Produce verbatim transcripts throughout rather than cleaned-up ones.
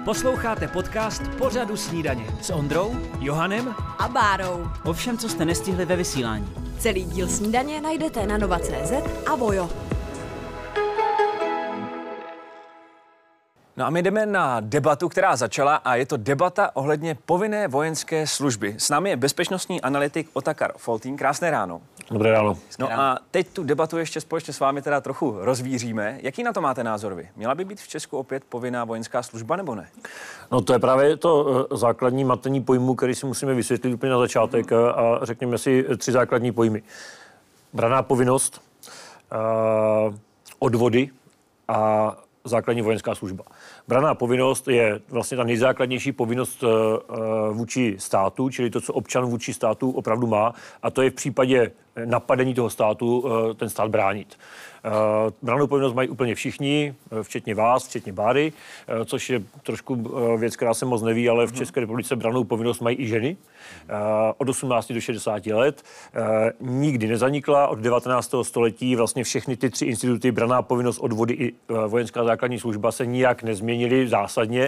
Posloucháte podcast Pořadu snídaně s Ondrou, Johanem a Bárou. O všem, co jste nestihli ve vysílání. Celý díl snídaně najdete na nova tečka cé zet a Vojo. No a my jdeme na debatu, která začala, a je to debata ohledně povinné vojenské služby. S námi je bezpečnostní analytik Otakar Foltín. Krásné ráno. Dobré ráno. No a teď tu debatu ještě společně s vámi teda trochu rozvíříme. Jaký na to máte názor vy? Měla by být v Česku opět povinná vojenská služba nebo ne? No to je právě to základní matení pojmu, který si musíme vysvětlit úplně na začátek a řekněme si tři základní pojmy. Branná povinnost, odvody a základní vojenská služba. Branná povinnost je vlastně ta nejzákladnější povinnost vůči státu, čili to, co občan vůči státu opravdu má, a to je v případě napadení toho státu ten stát bránit. Brannou povinnost mají úplně všichni, včetně vás, včetně Báry, což je trošku věc, která se moc neví, ale v České republice brannou povinnost mají i ženy od osmnácti do šedesáti let. Nikdy nezanikla, od devatenáctého století vlastně všechny ty tři instituty, branná povinnost, odvody i vojenská základní služba, se nijak nezměnily zásadně.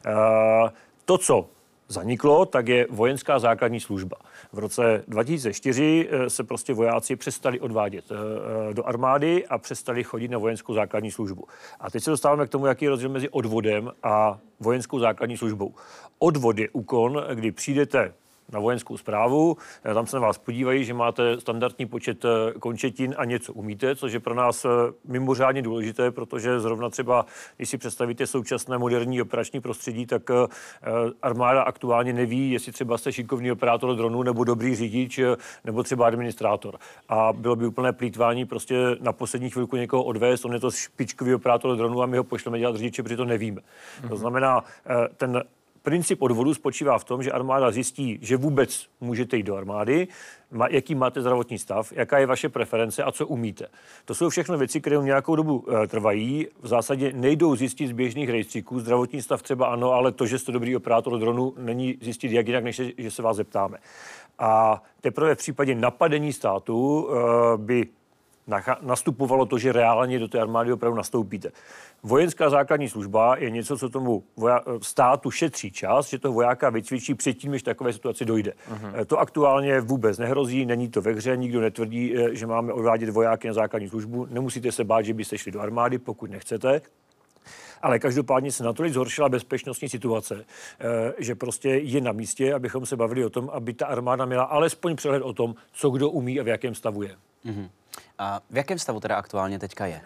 To, co zaniklo, tak je vojenská základní služba. V roce dva tisíce čtyři se prostě vojáci přestali odvádět do armády a přestali chodit na vojenskou základní službu. A teď se dostáváme k tomu, jaký je rozdíl mezi odvodem a vojenskou základní službou. Odvod je úkon, kdy přijdete na vojenskou správu, tam se na vás podívají, že máte standardní počet končetin a něco umíte, což je pro nás mimořádně důležité, protože zrovna třeba, když si představíte současné moderní operační prostředí, tak armáda aktuálně neví, jestli třeba jste šikovný operátor dronu nebo dobrý řidič nebo třeba administrátor. A bylo by úplné plýtvání prostě na poslední chvilku někoho odvést, on je to špičkový operátor dronu a my ho pošleme dělat řidiče, protože to nevíme. Mm-hmm. To znamená, ten princip odvodu spočívá v tom, že armáda zjistí, že vůbec můžete jít do armády, jaký máte zdravotní stav, jaká je vaše preference a co umíte. To jsou všechno věci, které nějakou dobu e, trvají. V zásadě nejdou zjistit z běžných rejstříků. Zdravotní stav třeba ano, ale to, že jste dobrý operátor dronu, není zjistit jak jinak, než že se vás zeptáme. A teprve v případě napadení státu e, by nastupovalo to, že reálně do té armády opravdu nastoupíte. Vojenská základní služba je něco, co tomu voja- státu šetří čas, že toho vojáka vycvičí předtím, než takové situaci dojde. Uh-huh. To aktuálně vůbec nehrozí, není to ve hře, nikdo netvrdí, že máme odvádět vojáky na základní službu. Nemusíte se bát, že byste šli do armády, pokud nechcete. Ale každopádně se natolik zhoršila bezpečnostní situace, že prostě je na místě, abychom se bavili o tom, aby ta armáda měla alespoň přehled o tom, co kdo umí a v jakém stavu je. Uh-huh. A v jakém stavu teda aktuálně teďka je?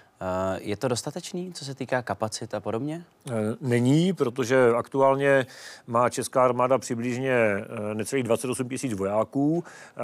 Je to dostatečný, co se týká kapacit a podobně? Není, protože aktuálně má česká armáda přibližně necelých dvacet osm tisíc vojáků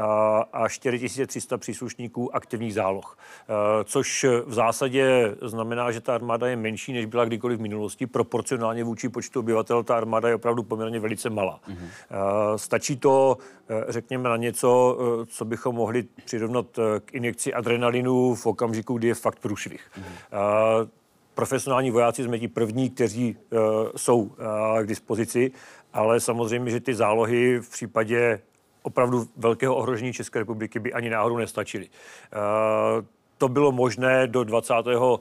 a čtyři tisíce tři sta příslušníků aktivních záloh. Což v zásadě znamená, že ta armáda je menší, než byla kdykoliv v minulosti. Proporcionálně vůči počtu obyvatel ta armáda je opravdu poměrně velice malá. Mm-hmm. Stačí to, řekněme, na něco, co bychom mohli přirovnat k injekci adrenalinu v okamžiku, kdy je fakt průšvih. Mm-hmm. Uh, profesionální vojáci jsme ti první, kteří uh, jsou uh, k dispozici, ale samozřejmě, že ty zálohy v případě opravdu velkého ohrožení České republiky by ani náhodou nestačily. Uh, to bylo možné do dvacátého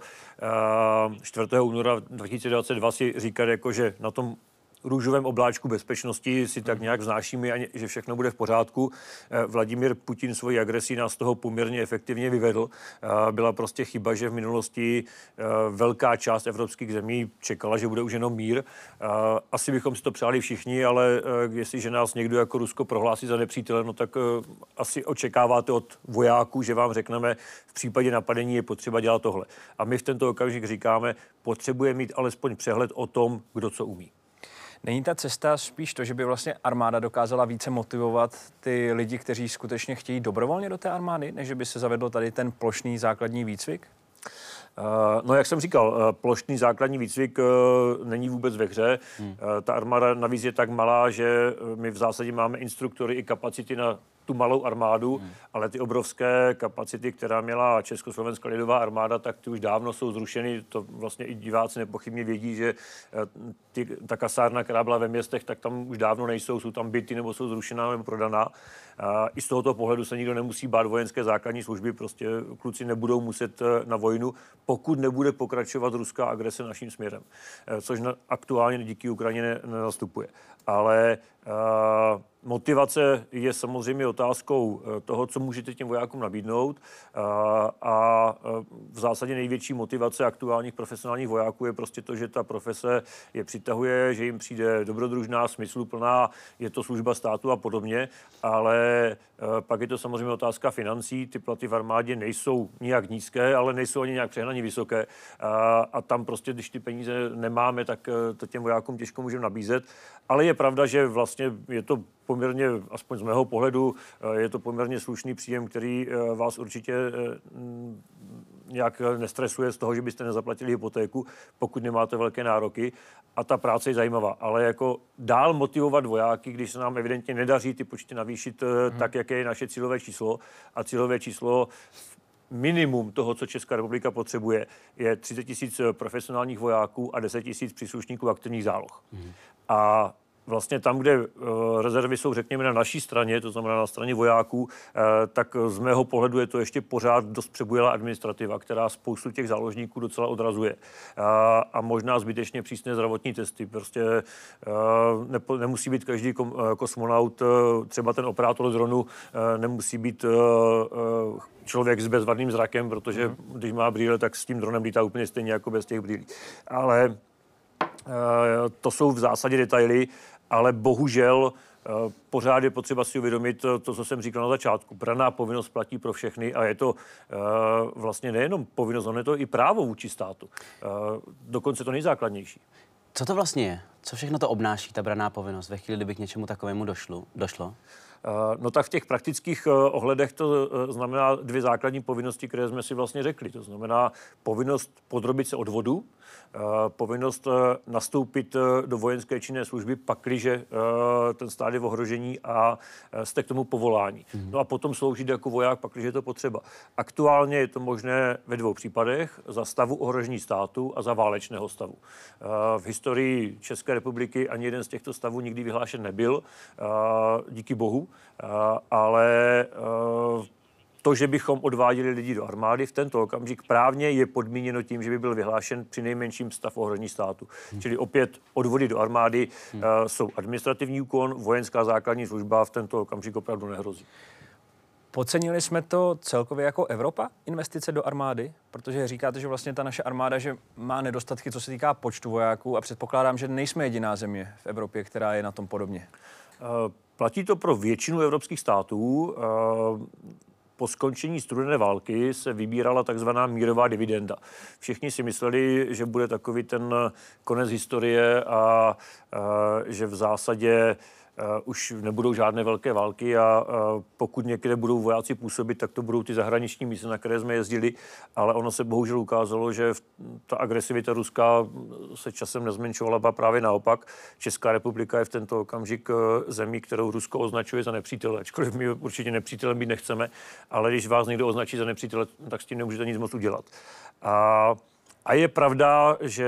čtvrtého února dva tisíce dvacet dva si říkat, jako, že na tom růžovém obláčku bezpečnosti si tak nějak vznášíme, že všechno bude v pořádku. Vladimír Putin svoji agresí nás z toho poměrně efektivně vyvedl. Byla prostě chyba, že v minulosti velká část evropských zemí čekala, že bude už jenom mír. Asi bychom si to přáli všichni, ale jestliže nás někdo jako Rusko prohlásí za nepřítele, no tak asi očekáváte od vojáků, že vám řekneme, v případě napadení je potřeba dělat tohle. A my v tento okamžik říkáme, potřebuje mít alespoň přehled o tom, kdo co umí. Není ta cesta spíš to, že by vlastně armáda dokázala více motivovat ty lidi, kteří skutečně chtějí dobrovolně do té armády, než by se zavedl tady ten plošný základní výcvik? No, jak jsem říkal, plošný základní výcvik není vůbec ve hře. Hmm. Ta armáda navíc je tak malá, že my v zásadě máme instruktory i kapacity na tu malou armádu, hmm. ale ty obrovské kapacity, která měla Československá lidová armáda, tak ty už dávno jsou zrušeny. To vlastně i diváci nepochybně vědí, že ty, ta kasárna, která byla ve městech, tak tam už dávno nejsou, jsou tam byty nebo jsou zrušená nebo prodaná. A i z tohoto pohledu se nikdo nemusí bát vojenské základní služby, prostě kluci nebudou muset na vojnu, pokud nebude pokračovat ruská agrese naším směrem, což na, aktuálně díky Ukrajině nenastupuje. Ale uh, motivace je samozřejmě otázkou toho, co můžete těm vojákům nabídnout uh, a uh, v zásadě největší motivace aktuálních profesionálních vojáků je prostě to, že ta profese je přitahuje, že jim přijde dobrodružná, smysluplná, je to služba státu a podobně, ale uh, pak je to samozřejmě otázka financí. Ty platy v armádě nejsou nijak nízké, ale nejsou ani nějak přehnaně vysoké uh, a tam prostě, když ty peníze nemáme, tak uh, to těm vojákům těžko můžeme nabízet, ale je pravda, že vlastně je to poměrně, aspoň z mého pohledu, je to poměrně slušný příjem, který vás určitě nějak nestresuje z toho, že byste nezaplatili hypotéku, pokud nemáte velké nároky. A ta práce je zajímavá. Ale jako dál motivovat vojáky, když se nám evidentně nedaří ty počty navýšit hmm. tak, jaké je naše cílové číslo. A cílové číslo minimum toho, co Česká republika potřebuje, je třicet tisíc profesionálních vojáků a deset tisíc příslušníků aktivních záloh. Hmm. A vlastně tam, kde uh, rezervy jsou, řekněme, na naší straně, to znamená na straně vojáků, uh, tak z mého pohledu je to ještě pořád dost přebujelá administrativa, která spoustu těch záložníků docela odrazuje. Uh, a možná zbytečně přísné zdravotní testy. Prostě uh, nepo, nemusí být každý kom, uh, kosmonaut, uh, třeba ten operátor dronu, uh, nemusí být uh, uh, člověk s bezvadným zrakem, protože mm. když má brýle, tak s tím dronem lítá úplně stejně jako bez těch brýlí. Ale uh, to jsou v zásadě detaily, ale bohužel uh, pořád je potřeba si uvědomit to, co jsem říkal na začátku. Branná povinnost platí pro všechny a je to uh, vlastně nejenom povinnost, ale je to i právo vůči státu. Uh, dokonce to nejzákladnější. Co to vlastně je? Co všechno to obnáší, ta branná povinnost, ve chvíli, kdyby k něčemu takovému došlo? došlo? No tak v těch praktických ohledech to znamená dvě základní povinnosti, které jsme si vlastně řekli. To znamená povinnost podrobit se odvodu, povinnost nastoupit do vojenské činné služby, pakliže ten stát je v ohrožení a jste k tomu povolání. No a potom sloužit jako voják, pakliže je to potřeba. Aktuálně je to možné ve dvou případech, za stavu ohrožení státu a za válečného stavu. V historii České republiky ani jeden z těchto stavů nikdy vyhlášen nebyl, díky bohu. Uh, ale uh, to, že bychom odváděli lidi do armády v tento okamžik právně je podmíněno tím, že by byl vyhlášen při nejmenším stav ohrožení státu. Hmm. Čili opět odvody do armády hmm. uh, jsou administrativní úkon, vojenská základní služba v tento okamžik opravdu nehrozí. Podcenili jsme to celkově jako Evropa, investice do armády? Protože říkáte, že vlastně ta naše armáda že má nedostatky, co se týká počtu vojáků a předpokládám, že nejsme jediná země v Evropě, která je na tom podobně. Uh, Platí to pro většinu evropských států. Po skončení studené války se vybírala takzvaná mírová dividenda. Všichni si mysleli, že bude takový ten konec historie a že v zásadě Uh, už nebudou žádné velké války a uh, pokud někde budou vojáci působit, tak to budou ty zahraniční mise, na které jsme jezdili, ale ono se bohužel ukázalo, že v, ta agresivita ruská se časem nezmenšovala, a právě naopak. Česká republika je v tento okamžik uh, zemí, kterou Rusko označuje za nepřítele, ačkoliv my určitě nepřítelem být nechceme, ale když vás někdo označí za nepřítele, tak s tím nemůžete nic moc udělat. A A je pravda, že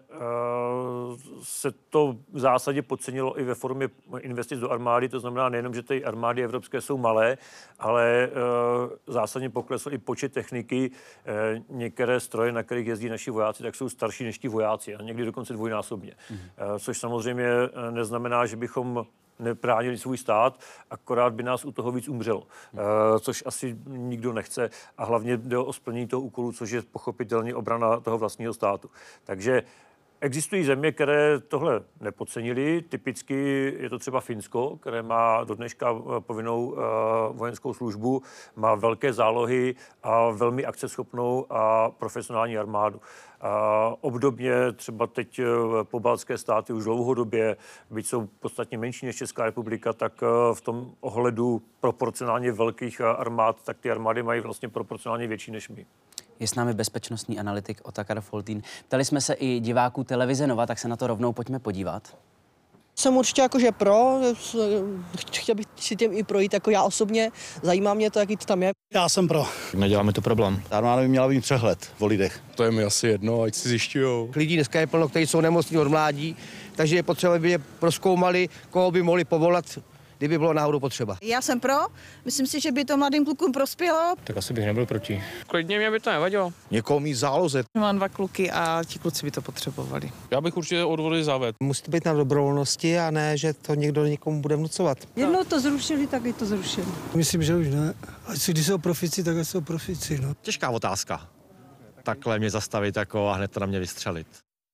uh, se to v zásadě podcenilo i ve formě investic do armády, to znamená nejenom, že ty armády evropské jsou malé, ale uh, zásadně poklesl i počet techniky. Uh, některé stroje, na kterých jezdí naši vojáci, tak jsou starší než ti vojáci a někdy dokonce dvojnásobně. Mm. Uh, což samozřejmě neznamená, že bychom nebránili svůj stát, akorát by nás u toho víc umřelo, uh, což asi nikdo nechce a hlavně jde o splnění toho úkolu, což je pochopitelně obrana toho vlastního státu. Takže existují země, které tohle nepodcenili. Typicky je to třeba Finsko, které má do dneška povinnou uh, vojenskou službu, má velké zálohy a velmi akceschopnou a profesionální armádu. A obdobně třeba teď pobaltské státy už dlouhodobě, byť jsou podstatně menší než Česká republika, tak v tom ohledu proporcionálně velkých armád, tak ty armády mají vlastně proporcionálně větší než my. Je s námi bezpečnostní analytik Otakar Foltýn. Ptali jsme se i diváků televize Nova, tak se na to rovnou pojďme podívat. Jsem určitě jakože pro, chtěl bych si tím i projít jako já osobně, zajímá mě to, jaký to tam je. Já jsem pro. Neděláme to problém. Armáda by měla být přehled o lidech. To je mi asi jedno, ať si zjišťujou. Lidí dneska je plno, kteří jsou nemocní od mládí, takže je potřeba, aby je prozkoumali, koho by mohli povolat, kdyby bylo náhodou potřeba. Já jsem pro, myslím si, že by to mladým klukům prospělo. Tak asi bych nebyl proti. Klidně mě by to nevadilo. Někoho mít záloze. Mám dva kluky a ti kluci by to potřebovali. Já bych určitě odvody zaved. Musí to být na dobrovolnosti a ne, že to někdo někomu bude vnucovat. Jednou to zrušili, tak i to zrušili. Myslím, že už ne. Ať si, když jsou profici, tak ať jsou profici. No. Těžká otázka. Takhle mě zastavit jako a hned to na mě vystřelit.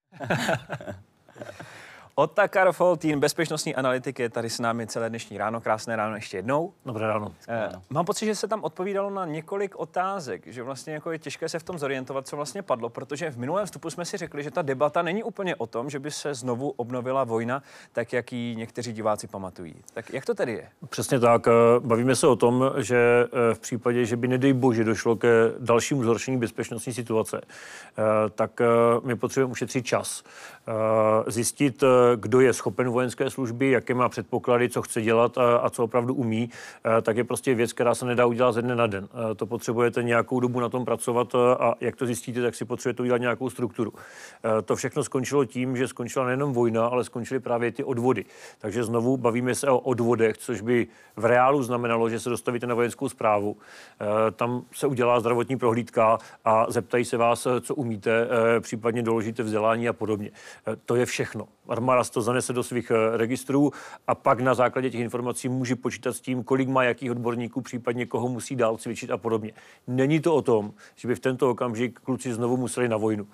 Otakar Foltín, bezpečnostní analytik, je tady s námi celé dnešní ráno. Krásné ráno ještě jednou. Dobré ráno. Eh, mám pocit, že se tam odpovídalo na několik otázek, že vlastně jako je těžké se v tom zorientovat, co vlastně padlo, protože v minulém vstupu jsme si řekli, že ta debata není úplně o tom, že by se znovu obnovila vojna, tak jak ji někteří diváci pamatují. Tak jak to tedy je? Přesně tak. Bavíme se o tom, že v případě, že by nedej bože došlo ke dalšímu zhoršení bezpečnostní situace, tak my potřebujeme ušetřit čas. Zjistit, kdo je schopen vojenské služby, jaké má předpoklady, co chce dělat a, a co opravdu umí, tak je prostě věc, která se nedá udělat ze dne na den. To potřebujete nějakou dobu na tom pracovat a jak to zjistíte, tak si potřebujete udělat nějakou strukturu. To všechno skončilo tím, že skončila nejenom vojna, ale skončily právě ty odvody. Takže znovu bavíme se o odvodech, což by v reálu znamenalo, že se dostavíte na vojenskou správu. Tam se udělá zdravotní prohlídka a zeptají se vás, co umíte, případně doložíte vzdělání a podobně. To je všechno. Armáda to zanese do svých registrů a pak na základě těch informací může počítat s tím, kolik má jakých odborníků, případně koho musí dál cvičit a podobně. Není to o tom, že by v tento okamžik kluci znovu museli na vojnu.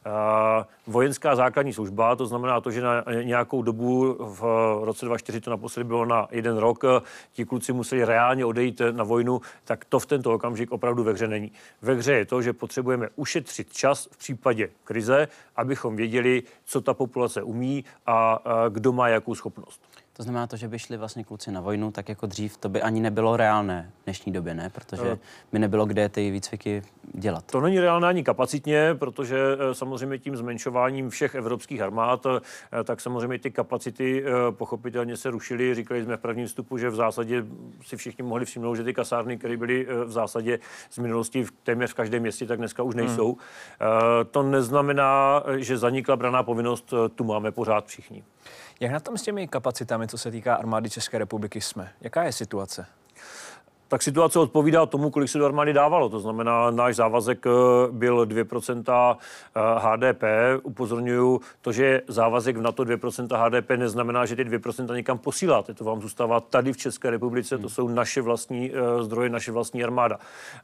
Vojenská základní služba, to znamená to, že na nějakou dobu v roce dva tisíce čtyři to naposledy bylo na jeden rok, ti kluci museli reálně odejít na vojnu, tak to v tento okamžik opravdu ve hře není. Ve hře je to, že potřebujeme ušetřit čas v případě krize, abychom věděli, co ta populace umí a, a kdo má jakou schopnost. To znamená to, že by šli vlastně kluci na vojnu, tak jako dřív, to by ani nebylo reálné v dnešní době, ne? Protože by nebylo kde ty výcviky dělat. To není reálné ani kapacitně, protože samozřejmě tím zmenšováním všech evropských armád, tak samozřejmě ty kapacity pochopitelně se rušily. Říkali jsme v prvním vstupu, že v zásadě si všichni mohli všimnout, že ty kasárny, které byly v zásadě z minulosti v téměř v každém městě, tak dneska už nejsou. Hmm. To neznamená, že zanikla branná povinnost, tu máme pořád všichni. Jak na tom s těmi kapacitami, co se týká armády České republiky, jsme? Jaká je situace? Tak situace odpovídá tomu, kolik se do armády dávalo. To znamená, náš závazek byl dvě procenta H D P. Upozorňuju, to, že závazek v NATO dvě procenta H D P neznamená, že ty dvě procenta někam posíláte. To vám zůstává tady v České republice, to jsou naše vlastní zdroje, naše vlastní armáda.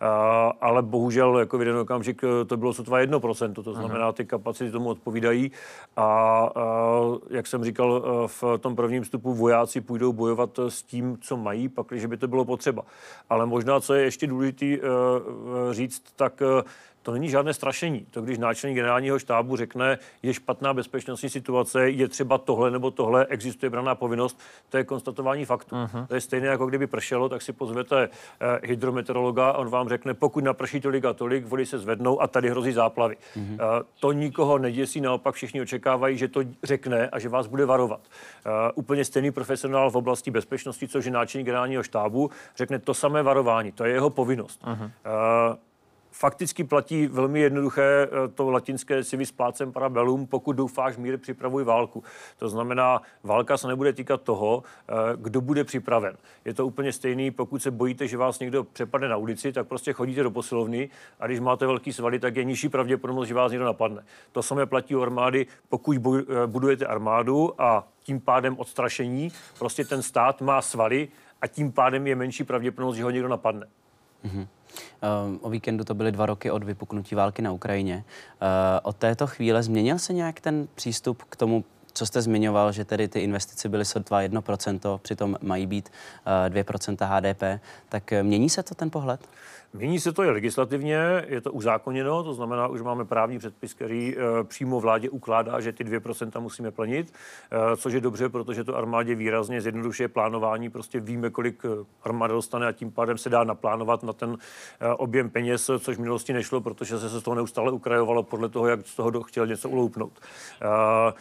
Ale bohužel, jako v jeden okamžik, to bylo sotva jedno procento, to znamená, ty kapacity tomu odpovídají. A jak jsem říkal, v tom prvním vstupu vojáci půjdou bojovat s tím, co mají, pakliže by to bylo potřeba. Ale možná, co je ještě důležité uh, říct, tak uh, to není žádné strašení. To, když náčelník generálního štábu řekne, je špatná bezpečnostní situace, je třeba tohle nebo tohle, existuje branná povinnost, to je konstatování faktu. Uh-huh. To je stejné, jako kdyby pršelo, tak si pozvete uh, hydrometeorologa a on vám řekne, pokud naprší tolik a tolik, vody se zvednou a tady hrozí záplavy. Uh-huh. Uh, to nikoho neděsí, naopak všichni očekávají, že to řekne a že vás bude varovat. Uh, úplně stejný profesionál v oblasti bezpečnosti, což je náčelník generálního štábu, řekne to samé varování, to je jeho povinnost. Uh-huh. Uh, Fakticky platí velmi jednoduché to latinské civis pacem para bellum, pokud doufáš v mír, připravuj válku. To znamená, válka se nebude týkat toho, kdo bude připraven. Je to úplně stejný, pokud se bojíte, že vás někdo přepadne na ulici, tak prostě chodíte do posilovny a když máte velký svaly, tak je nižší pravděpodobnost, že vás někdo napadne. To samé platí u armády, pokud budujete armádu a tím pádem odstrašení, prostě ten stát má svaly a tím pádem je menší pravděpodobnost, že ho někdo napadne. Mm-hmm. Uh, o víkendu to byly dva roky od vypuknutí války na Ukrajině. Uh, od této chvíle změnil se nějak ten přístup k tomu, co jste zmiňoval, že tedy ty investice byly sotva jedno procento, přitom mají být uh, dvě procenta H D P. Tak mění se to ten pohled? Mění se to i legislativně, je to uzákoněno, to znamená, už máme právní předpis, který e, přímo vládě ukládá, že ty dvě procenta musíme plnit, e, což je dobře, protože to armádě výrazně zjednodušuje plánování, prostě víme, kolik armáda dostane a tím pádem se dá naplánovat na ten e, objem peněz, což v minulosti nešlo, protože se z toho neustále ukrajovalo podle toho, jak z toho chtěl něco uloupnout. E,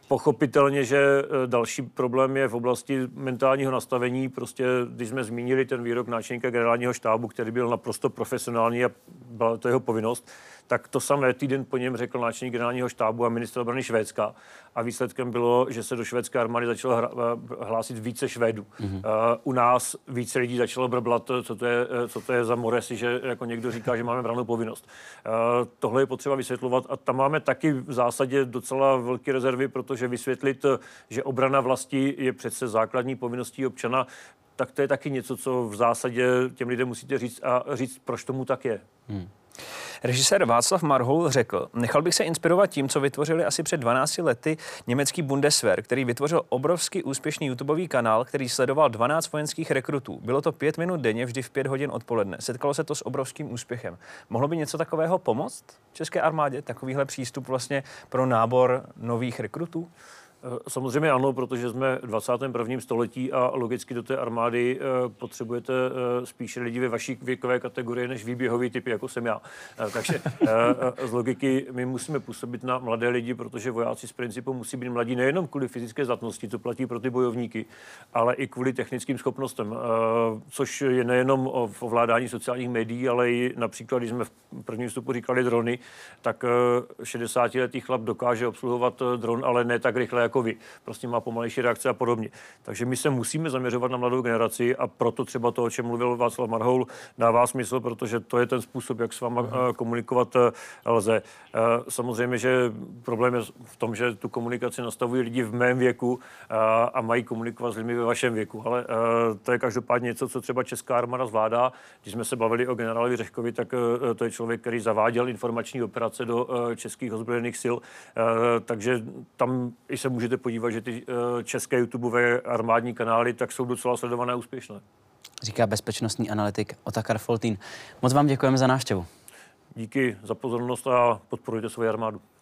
Pochopitelně, že další problém je v oblasti mentálního nastavení. Prostě, když jsme zmínili ten výrok náčelníka generálního štábu, který byl naprosto profesionální a byla to jeho povinnost, tak to samé týden po něm řekl náčelník generálního štábu a ministr obrany Švédska. A výsledkem bylo, že se do švédské armády začalo hlásit více Švédů. Mm-hmm. Uh, u nás více lidí začalo brblat, co to je, co to je za moresy, že jako někdo říká, že máme brannou povinnost. Uh, tohle je potřeba vysvětlovat a tam máme taky v zásadě docela velké rezervy, protože vysvětlit, že obrana vlasti je přece základní povinností občana, tak to je taky něco, co v zásadě těm lidem musíte říct a říct, proč tomu tak je. Hmm. Režisér Václav Marhoul řekl, nechal bych se inspirovat tím, co vytvořili asi před dvanácti lety německý Bundeswehr, který vytvořil obrovský úspěšný YouTubeový kanál, který sledoval dvanáct vojenských rekrutů. Bylo to pět minut denně, vždy v pět hodin odpoledne. Setkalo se to s obrovským úspěchem. Mohlo by něco takového pomoct české armádě? Takovýhle přístup vlastně pro nábor nových rekrutů? Samozřejmě ano, protože jsme v dvacátém prvním století a logicky do té armády potřebujete spíše lidi ve vaší věkové kategorii než výběhový typy, jako jsem já. Takže z logiky my musíme působit na mladé lidi, protože vojáci z principu musí být mladí nejenom kvůli fyzické zdatnosti, to platí pro ty bojovníky, ale i kvůli technickým schopnostem, což je nejenom v ovládání sociálních médií, ale i například, když jsme v prvním vstupu říkali drony, tak šedesátiletý chlap dokáže obsluhovat dron, ale ne tak rychle jako vy. Prostě má pomalejší reakce a podobně. Takže my se musíme zaměřovat na mladou generaci a proto třeba to, o čem mluvil Václav Marhoul, dává smysl, protože to je ten způsob, jak s váma uh, komunikovat uh, lze. Uh, samozřejmě, že problém je v tom, že tu komunikaci nastavují lidi v mém věku uh, a mají komunikovat s lidmi ve vašem věku. Ale uh, to je každopádně něco, co třeba česká armáda zvládá. Když jsme se bavili o generálovi Řehkovi, tak uh, to je člověk, který zaváděl informační operace do uh, českých ozbrojených sil. Uh, takže tam i se můžete podívat, že ty uh, české YouTubeové armádní kanály tak jsou docela sledované a úspěšné. Říká bezpečnostní analytik Otakar Foltýn. Moc vám děkujeme za návštěvu. Díky za pozornost a podporujte svoji armádu.